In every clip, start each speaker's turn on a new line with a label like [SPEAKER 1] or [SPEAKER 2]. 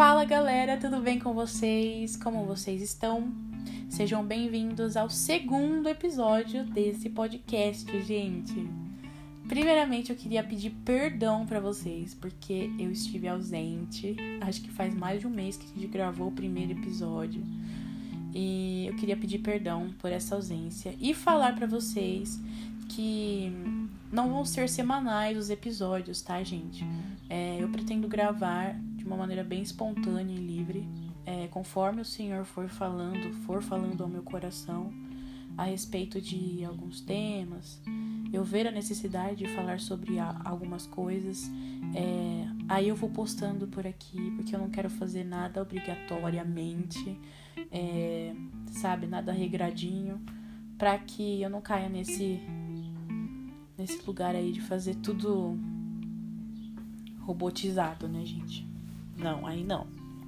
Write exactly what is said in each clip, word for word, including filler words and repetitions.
[SPEAKER 1] Fala galera, tudo bem com vocês? Como vocês estão? Sejam bem-vindos ao segundo episódio desse podcast, gente. Primeiramente eu queria pedir perdão pra vocês, porque eu estive ausente. Acho que faz mais de um mês que a gente gravou o primeiro episódio. E eu queria pedir perdão por essa ausência e falar pra vocês que não vão ser semanais os episódios, tá, gente? É, eu pretendo gravar de uma maneira bem espontânea e livre, é, conforme o Senhor for falando, for falando ao meu coração a respeito de alguns temas, eu ver a necessidade de falar sobre a, algumas coisas, é, aí eu vou postando por aqui, porque eu não quero fazer nada obrigatoriamente, é, sabe, nada regradinho, pra que eu não caia nesse, nesse lugar aí de fazer tudo robotizado, né, gente? Não, aí não.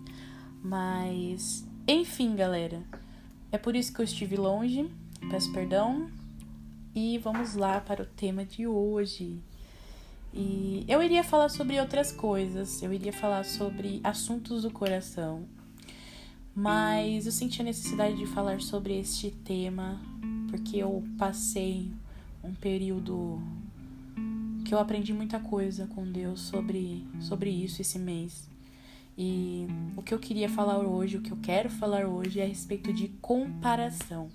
[SPEAKER 1] Mas, enfim, galera. É por isso que eu estive longe. Peço perdão. E vamos lá para o tema de hoje. E eu iria falar sobre outras coisas. Eu iria falar sobre assuntos do coração. Mas eu senti a necessidade de falar sobre este tema porque eu passei um período que eu aprendi muita coisa com Deus sobre, sobre isso esse mês. E o que eu queria falar hoje, o que eu quero falar hoje é a respeito de comparação.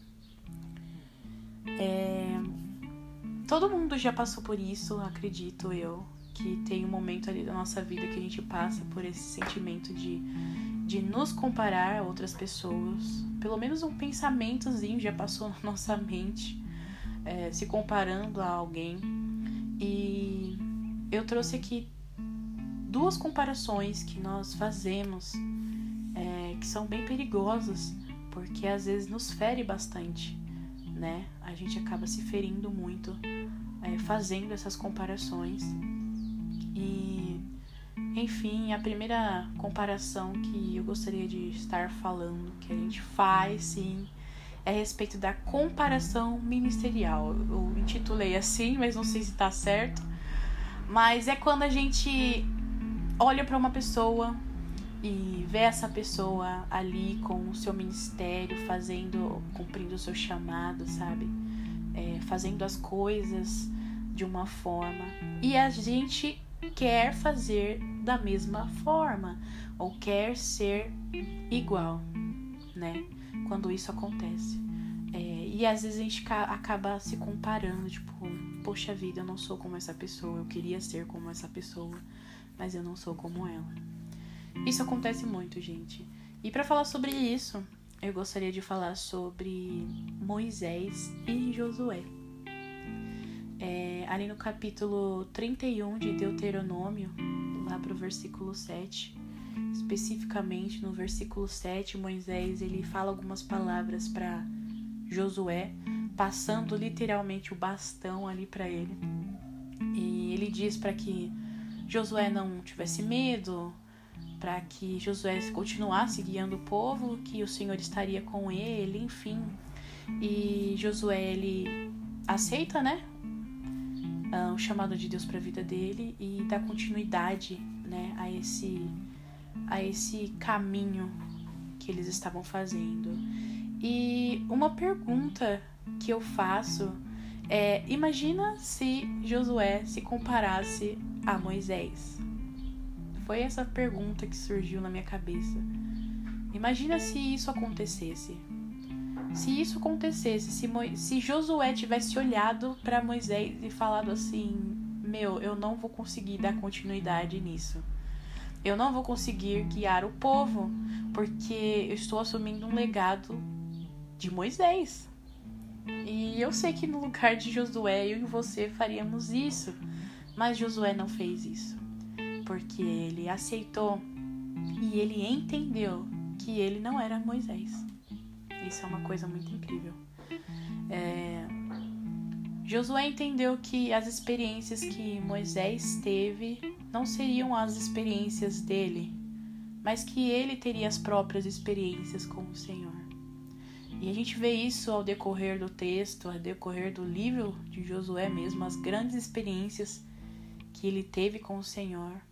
[SPEAKER 1] É... Todo mundo já passou por isso, acredito eu, que tem um momento ali da nossa vida que a gente passa por esse sentimento de, de nos comparar a outras pessoas. Pelo menos um pensamentozinho já passou na nossa mente, é, se comparando a alguém. E eu trouxe aqui duas comparações que nós fazemos, é, que são bem perigosas, porque às vezes nos fere bastante, né? A gente acaba se ferindo muito, é, fazendo essas comparações. E, enfim, a primeira comparação que eu gostaria de estar falando, que a gente faz, sim, é a respeito da comparação ministerial. Eu intitulei assim, mas não sei se tá certo. Mas é quando a gente olha para uma pessoa e vê essa pessoa ali com o seu ministério, fazendo, cumprindo o seu chamado, sabe? É, fazendo as coisas de uma forma. E a gente quer fazer da mesma forma, ou quer ser igual, né? Quando isso acontece. É, e às vezes a gente acaba se comparando, tipo, poxa vida, eu não sou como essa pessoa, eu queria ser como essa pessoa, mas eu não sou como ela. Isso acontece muito, gente. E para falar sobre isso, eu gostaria de falar sobre Moisés e Josué. É, ali no capítulo trinta e um de Deuteronômio, lá pro versículo sete, especificamente no versículo sete, Moisés ele fala algumas palavras para Josué, passando literalmente o bastão ali para ele. E ele diz para que Josué não tivesse medo, para que Josué continuasse guiando o povo, que o Senhor estaria com ele, enfim. E Josué, ele aceita, né, o chamado de Deus para a vida dele e dá continuidade, né, a esse, a esse caminho que eles estavam fazendo. E uma pergunta que eu faço é, imagina se Josué se comparasse a Moisés. Foi essa pergunta que surgiu na minha cabeça. Imagina se isso acontecesse. Se isso acontecesse, se, Mo... se Josué tivesse olhado para Moisés e falado assim, meu, eu não vou conseguir dar continuidade nisso. Eu não vou conseguir guiar o povo, porque eu estou assumindo um legado de Moisés. E eu sei que no lugar de Josué, eu e você faríamos isso. Mas Josué não fez isso. Porque ele aceitou e ele entendeu que ele não era Moisés. Isso é uma coisa muito incrível. É... Josué entendeu que as experiências que Moisés teve não seriam as experiências dele, mas que ele teria as próprias experiências com o Senhor. E a gente vê isso ao decorrer do texto, ao decorrer do livro de Josué mesmo, as grandes experiências que ele teve com o Senhor.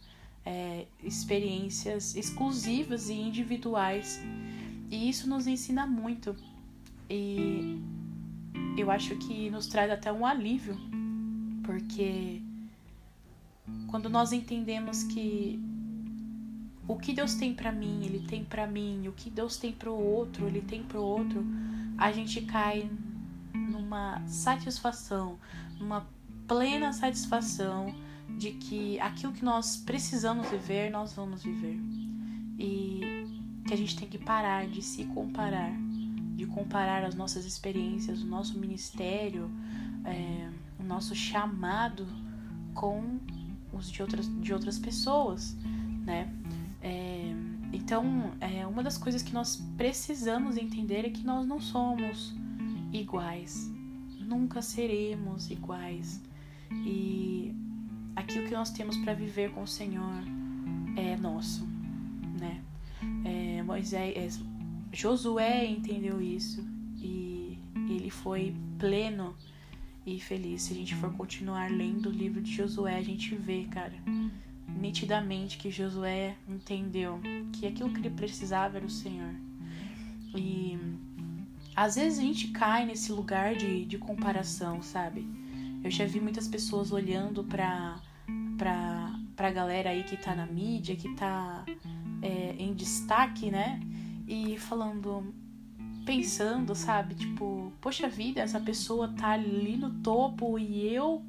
[SPEAKER 1] é, experiências exclusivas e individuais. E isso nos ensina muito. E eu acho que nos traz até um alívio, porque quando nós entendemos que o que Deus tem pra mim, Ele tem pra mim, o que Deus tem pro outro, Ele tem pro outro, a gente cai numa satisfação, numa plena satisfação de que aquilo que nós precisamos viver, nós vamos viver. E que a gente tem que parar de se comparar, de comparar as nossas experiências, o nosso ministério, é, o nosso chamado com os de outras, de outras pessoas, né? É, então, é, uma das coisas que nós precisamos entender é que nós não somos iguais, nunca seremos iguais, e aquilo que nós temos para viver com o Senhor é nosso, né? É, Moisés, é, Josué entendeu isso e ele foi pleno e feliz. Se a gente for continuar lendo o livro de Josué, a gente vê, cara, nitidamente que Josué entendeu que aquilo que ele precisava era o Senhor. E às vezes a gente cai nesse lugar de, de comparação, sabe? Eu já vi muitas pessoas olhando pra, pra, pra galera aí que tá na mídia, que tá é, em destaque, né? E falando, pensando, sabe? Tipo, poxa vida, essa pessoa tá ali no topo e eu...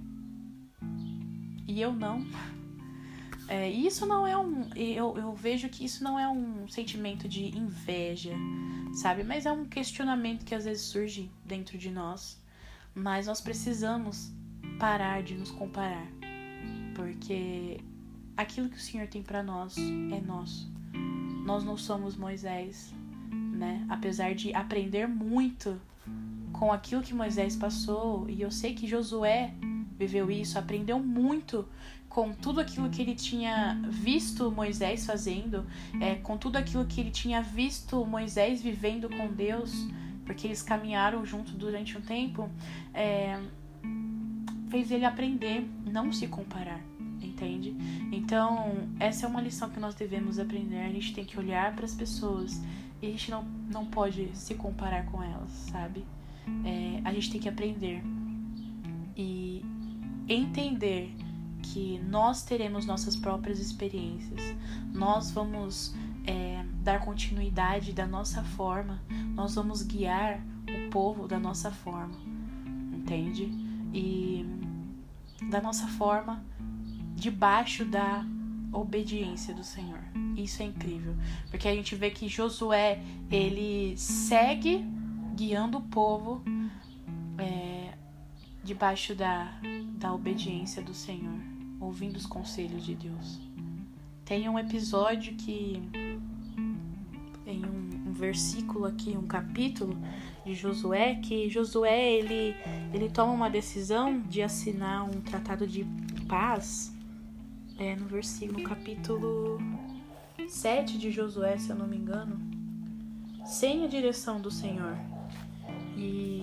[SPEAKER 1] E eu não... É, isso não é um... Eu, eu vejo que isso não é um sentimento de inveja, sabe? Mas é um questionamento que às vezes surge dentro de nós. Mas nós precisamos parar de nos comparar. Porque aquilo que o Senhor tem pra nós é nosso. Nós não somos Moisés, né? Apesar de aprender muito com aquilo que Moisés passou. E eu sei que Josué viveu isso, aprendeu muito com tudo aquilo que ele tinha visto Moisés fazendo, é, com tudo aquilo que ele tinha visto Moisés vivendo com Deus, porque eles caminharam junto durante um tempo, é, fez ele aprender, não se comparar, entende? Então, essa é uma lição que nós devemos aprender. A gente tem que olhar para as pessoas e a gente não, não pode se comparar com elas, sabe? É, a gente tem que aprender e entender que nós teremos nossas próprias experiências, nós vamos é, dar continuidade da nossa forma, nós vamos guiar o povo da nossa forma, entende? E da nossa forma, debaixo da obediência do Senhor. Isso é incrível, porque a gente vê que Josué, ele segue guiando o povo é, debaixo da, da obediência do Senhor, ouvindo os conselhos de Deus. Tem um episódio que tem um, um versículo aqui, um capítulo de Josué, que Josué ele, ele toma uma decisão de assinar um tratado de paz, é, no versículo, no capítulo sete de Josué, se eu não me engano, sem a direção do Senhor. E,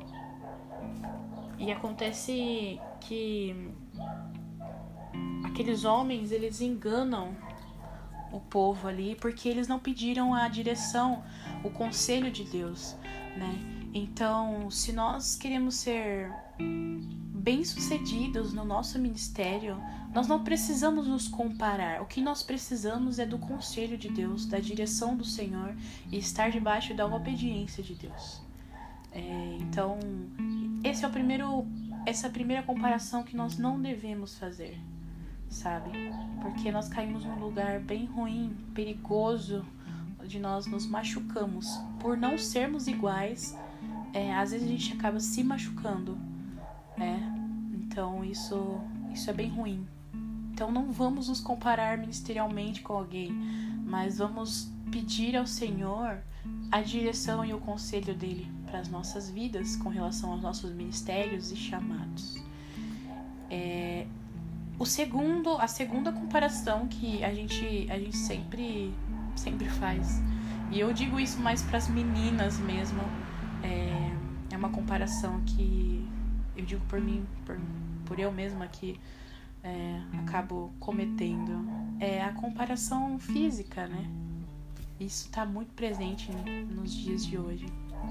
[SPEAKER 1] e acontece que aqueles homens, eles enganam o povo ali, porque eles não pediram a direção, o conselho de Deus, né? Então, se nós queremos ser bem-sucedidos no nosso ministério, nós não precisamos nos comparar. O que nós precisamos é do conselho de Deus, da direção do Senhor e estar debaixo da obediência de Deus. É, então, esse é o primeiro, essa é a primeira comparação que nós não devemos fazer, sabe? Porque nós caímos num lugar bem ruim, perigoso, onde nós nos machucamos. Por não sermos iguais, é, às vezes a gente acaba se machucando, né? Então isso, isso é bem ruim. Então não vamos nos comparar ministerialmente com alguém, mas vamos pedir ao Senhor a direção e o conselho dele para as nossas vidas com relação aos nossos ministérios e chamados. É, o segundo, a segunda comparação que a gente, a gente sempre, sempre faz, e eu digo isso mais para as meninas mesmo, é, é uma comparação que eu digo por mim, por, por eu mesma, que é, acabo cometendo é a comparação física, né? Isso tá muito presente nos dias de hoje.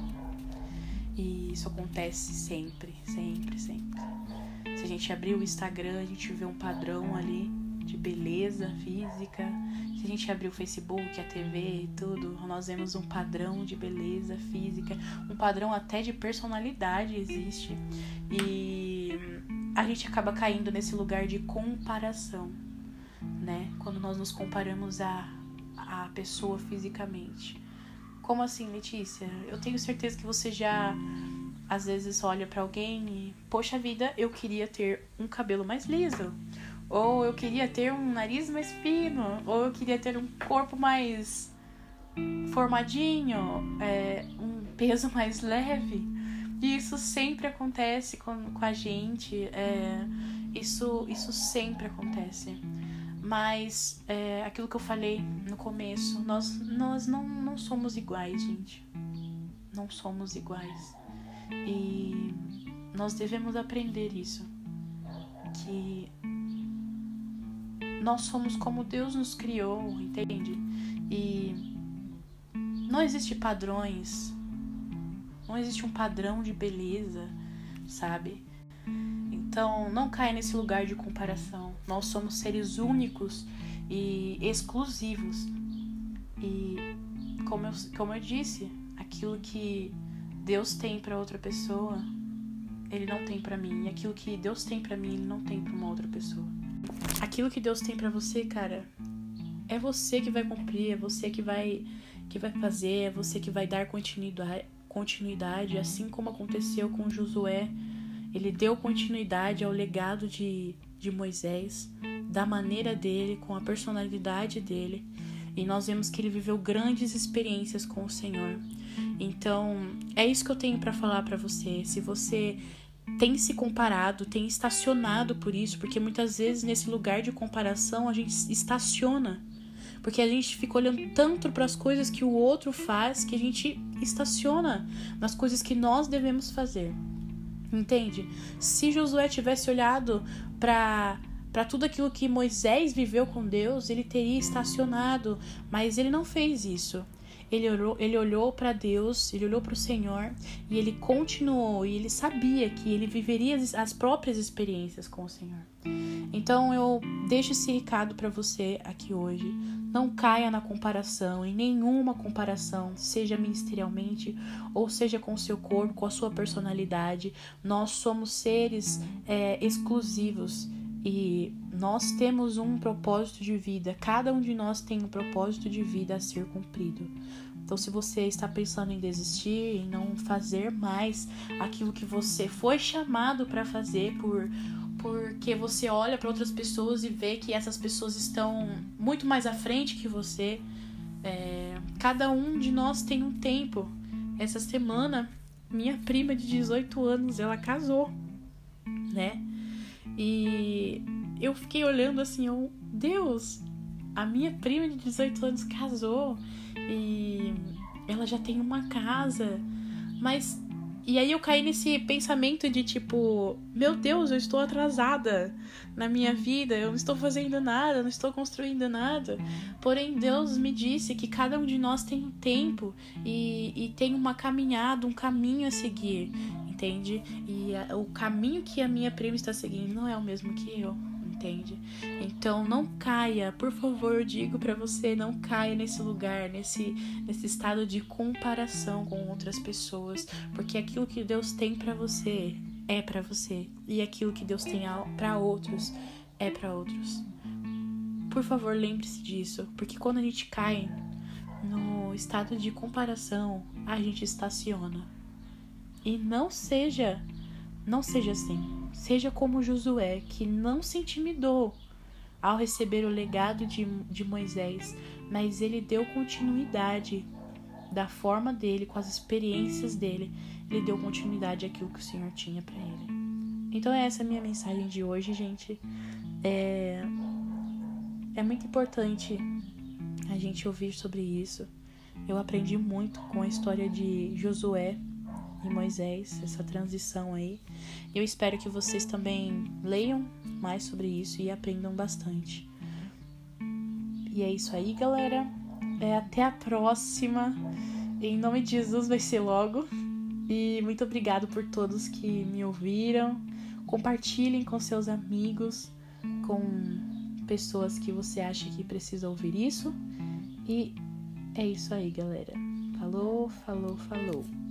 [SPEAKER 1] E isso acontece sempre, sempre, sempre. Se a gente abrir o Instagram, a gente vê um padrão ali de beleza física. Se a gente abrir o Facebook, a T V e tudo, nós vemos um padrão de beleza física, um padrão até de personalidade existe. E a gente acaba caindo nesse lugar de comparação, né? Quando nós nos comparamos a, a pessoa fisicamente. Como assim, Letícia? Eu tenho certeza que você já, às vezes, olha pra alguém e... Poxa vida, eu queria ter um cabelo mais liso. Ou eu queria ter um nariz mais fino. Ou eu queria ter um corpo mais formadinho. É, um peso mais leve. E isso sempre acontece com, com a gente. É, isso, isso sempre acontece. Mas, é, aquilo que eu falei no começo, nós, nós não, não somos iguais, gente. Não somos iguais. E nós devemos aprender isso. Que nós somos como Deus nos criou, entende? E não existe padrões. Não existe um padrão de beleza, sabe? Então, não caia nesse lugar de comparação. Nós somos seres únicos e exclusivos. E, como eu, como eu disse, aquilo que Deus tem para outra pessoa, Ele não tem para mim. E aquilo que Deus tem para mim, Ele não tem para uma outra pessoa. Aquilo que Deus tem para você, cara, é você que vai cumprir, é você que vai, que vai fazer, é você que vai dar continuidade, continuidade, assim como aconteceu com Josué. Ele deu continuidade ao legado de, de Moisés, da maneira dele, com a personalidade dele. E nós vemos que ele viveu grandes experiências com o Senhor. Então, é isso que eu tenho para falar para você. Se você tem se comparado, tem estacionado por isso, porque muitas vezes nesse lugar de comparação a gente estaciona. Porque a gente fica olhando tanto para as coisas que o outro faz que a gente estaciona nas coisas que nós devemos fazer. Entende? Se Josué tivesse olhado para para tudo aquilo que Moisés viveu com Deus, ele teria estacionado, mas ele não fez isso. Ele olhou, ele olhou para Deus, ele olhou para o Senhor e ele continuou, e ele sabia que ele viveria as, as próprias experiências com o Senhor. Então eu deixo esse recado para você aqui hoje. Não caia na comparação, em nenhuma comparação, seja ministerialmente ou seja com o seu corpo, com a sua personalidade. Nós somos seres é, exclusivos e nós temos um propósito de vida. Cada um de nós tem um propósito de vida a ser cumprido. Então, se você está pensando em desistir, em não fazer mais aquilo que você foi chamado para fazer por... porque você olha para outras pessoas e vê que essas pessoas estão muito mais à frente que você. É, cada um de nós tem um tempo. Essa semana, minha prima de dezoito anos, ela casou, né? E eu fiquei olhando assim, eu, Deus, a minha prima de dezoito anos casou e ela já tem uma casa, mas... E aí eu caí nesse pensamento de tipo, meu Deus, eu estou atrasada na minha vida, eu não estou fazendo nada, não estou construindo nada. Porém, Deus me disse que cada um de nós tem um tempo e, e tem uma caminhada, um caminho a seguir, entende? E a, o caminho que a minha prima está seguindo não é o mesmo que eu. Entende? Então não caia, por favor, eu digo pra você, não caia nesse lugar, nesse, nesse estado de comparação com outras pessoas, porque aquilo que Deus tem pra você é pra você, e aquilo que Deus tem pra outros é pra outros. Por favor, lembre-se disso, porque quando a gente cai no estado de comparação, a gente estaciona. E não seja, não seja assim. Seja como Josué, que não se intimidou ao receber o legado de, de Moisés, mas ele deu continuidade da forma dele, com as experiências dele. Ele deu continuidade àquilo que o Senhor tinha para ele. Então essa é a minha mensagem de hoje, gente. É, é muito importante a gente ouvir sobre isso. Eu aprendi muito com a história de Josué e Moisés, essa transição aí. Eu espero que vocês também leiam mais sobre isso e aprendam bastante. E é isso aí, galera. É, até a próxima. Em nome de Jesus, vai ser logo. E muito obrigado por todos que me ouviram. Compartilhem com seus amigos, com pessoas que você acha que precisam ouvir isso. E é isso aí, galera. Falou, falou, falou.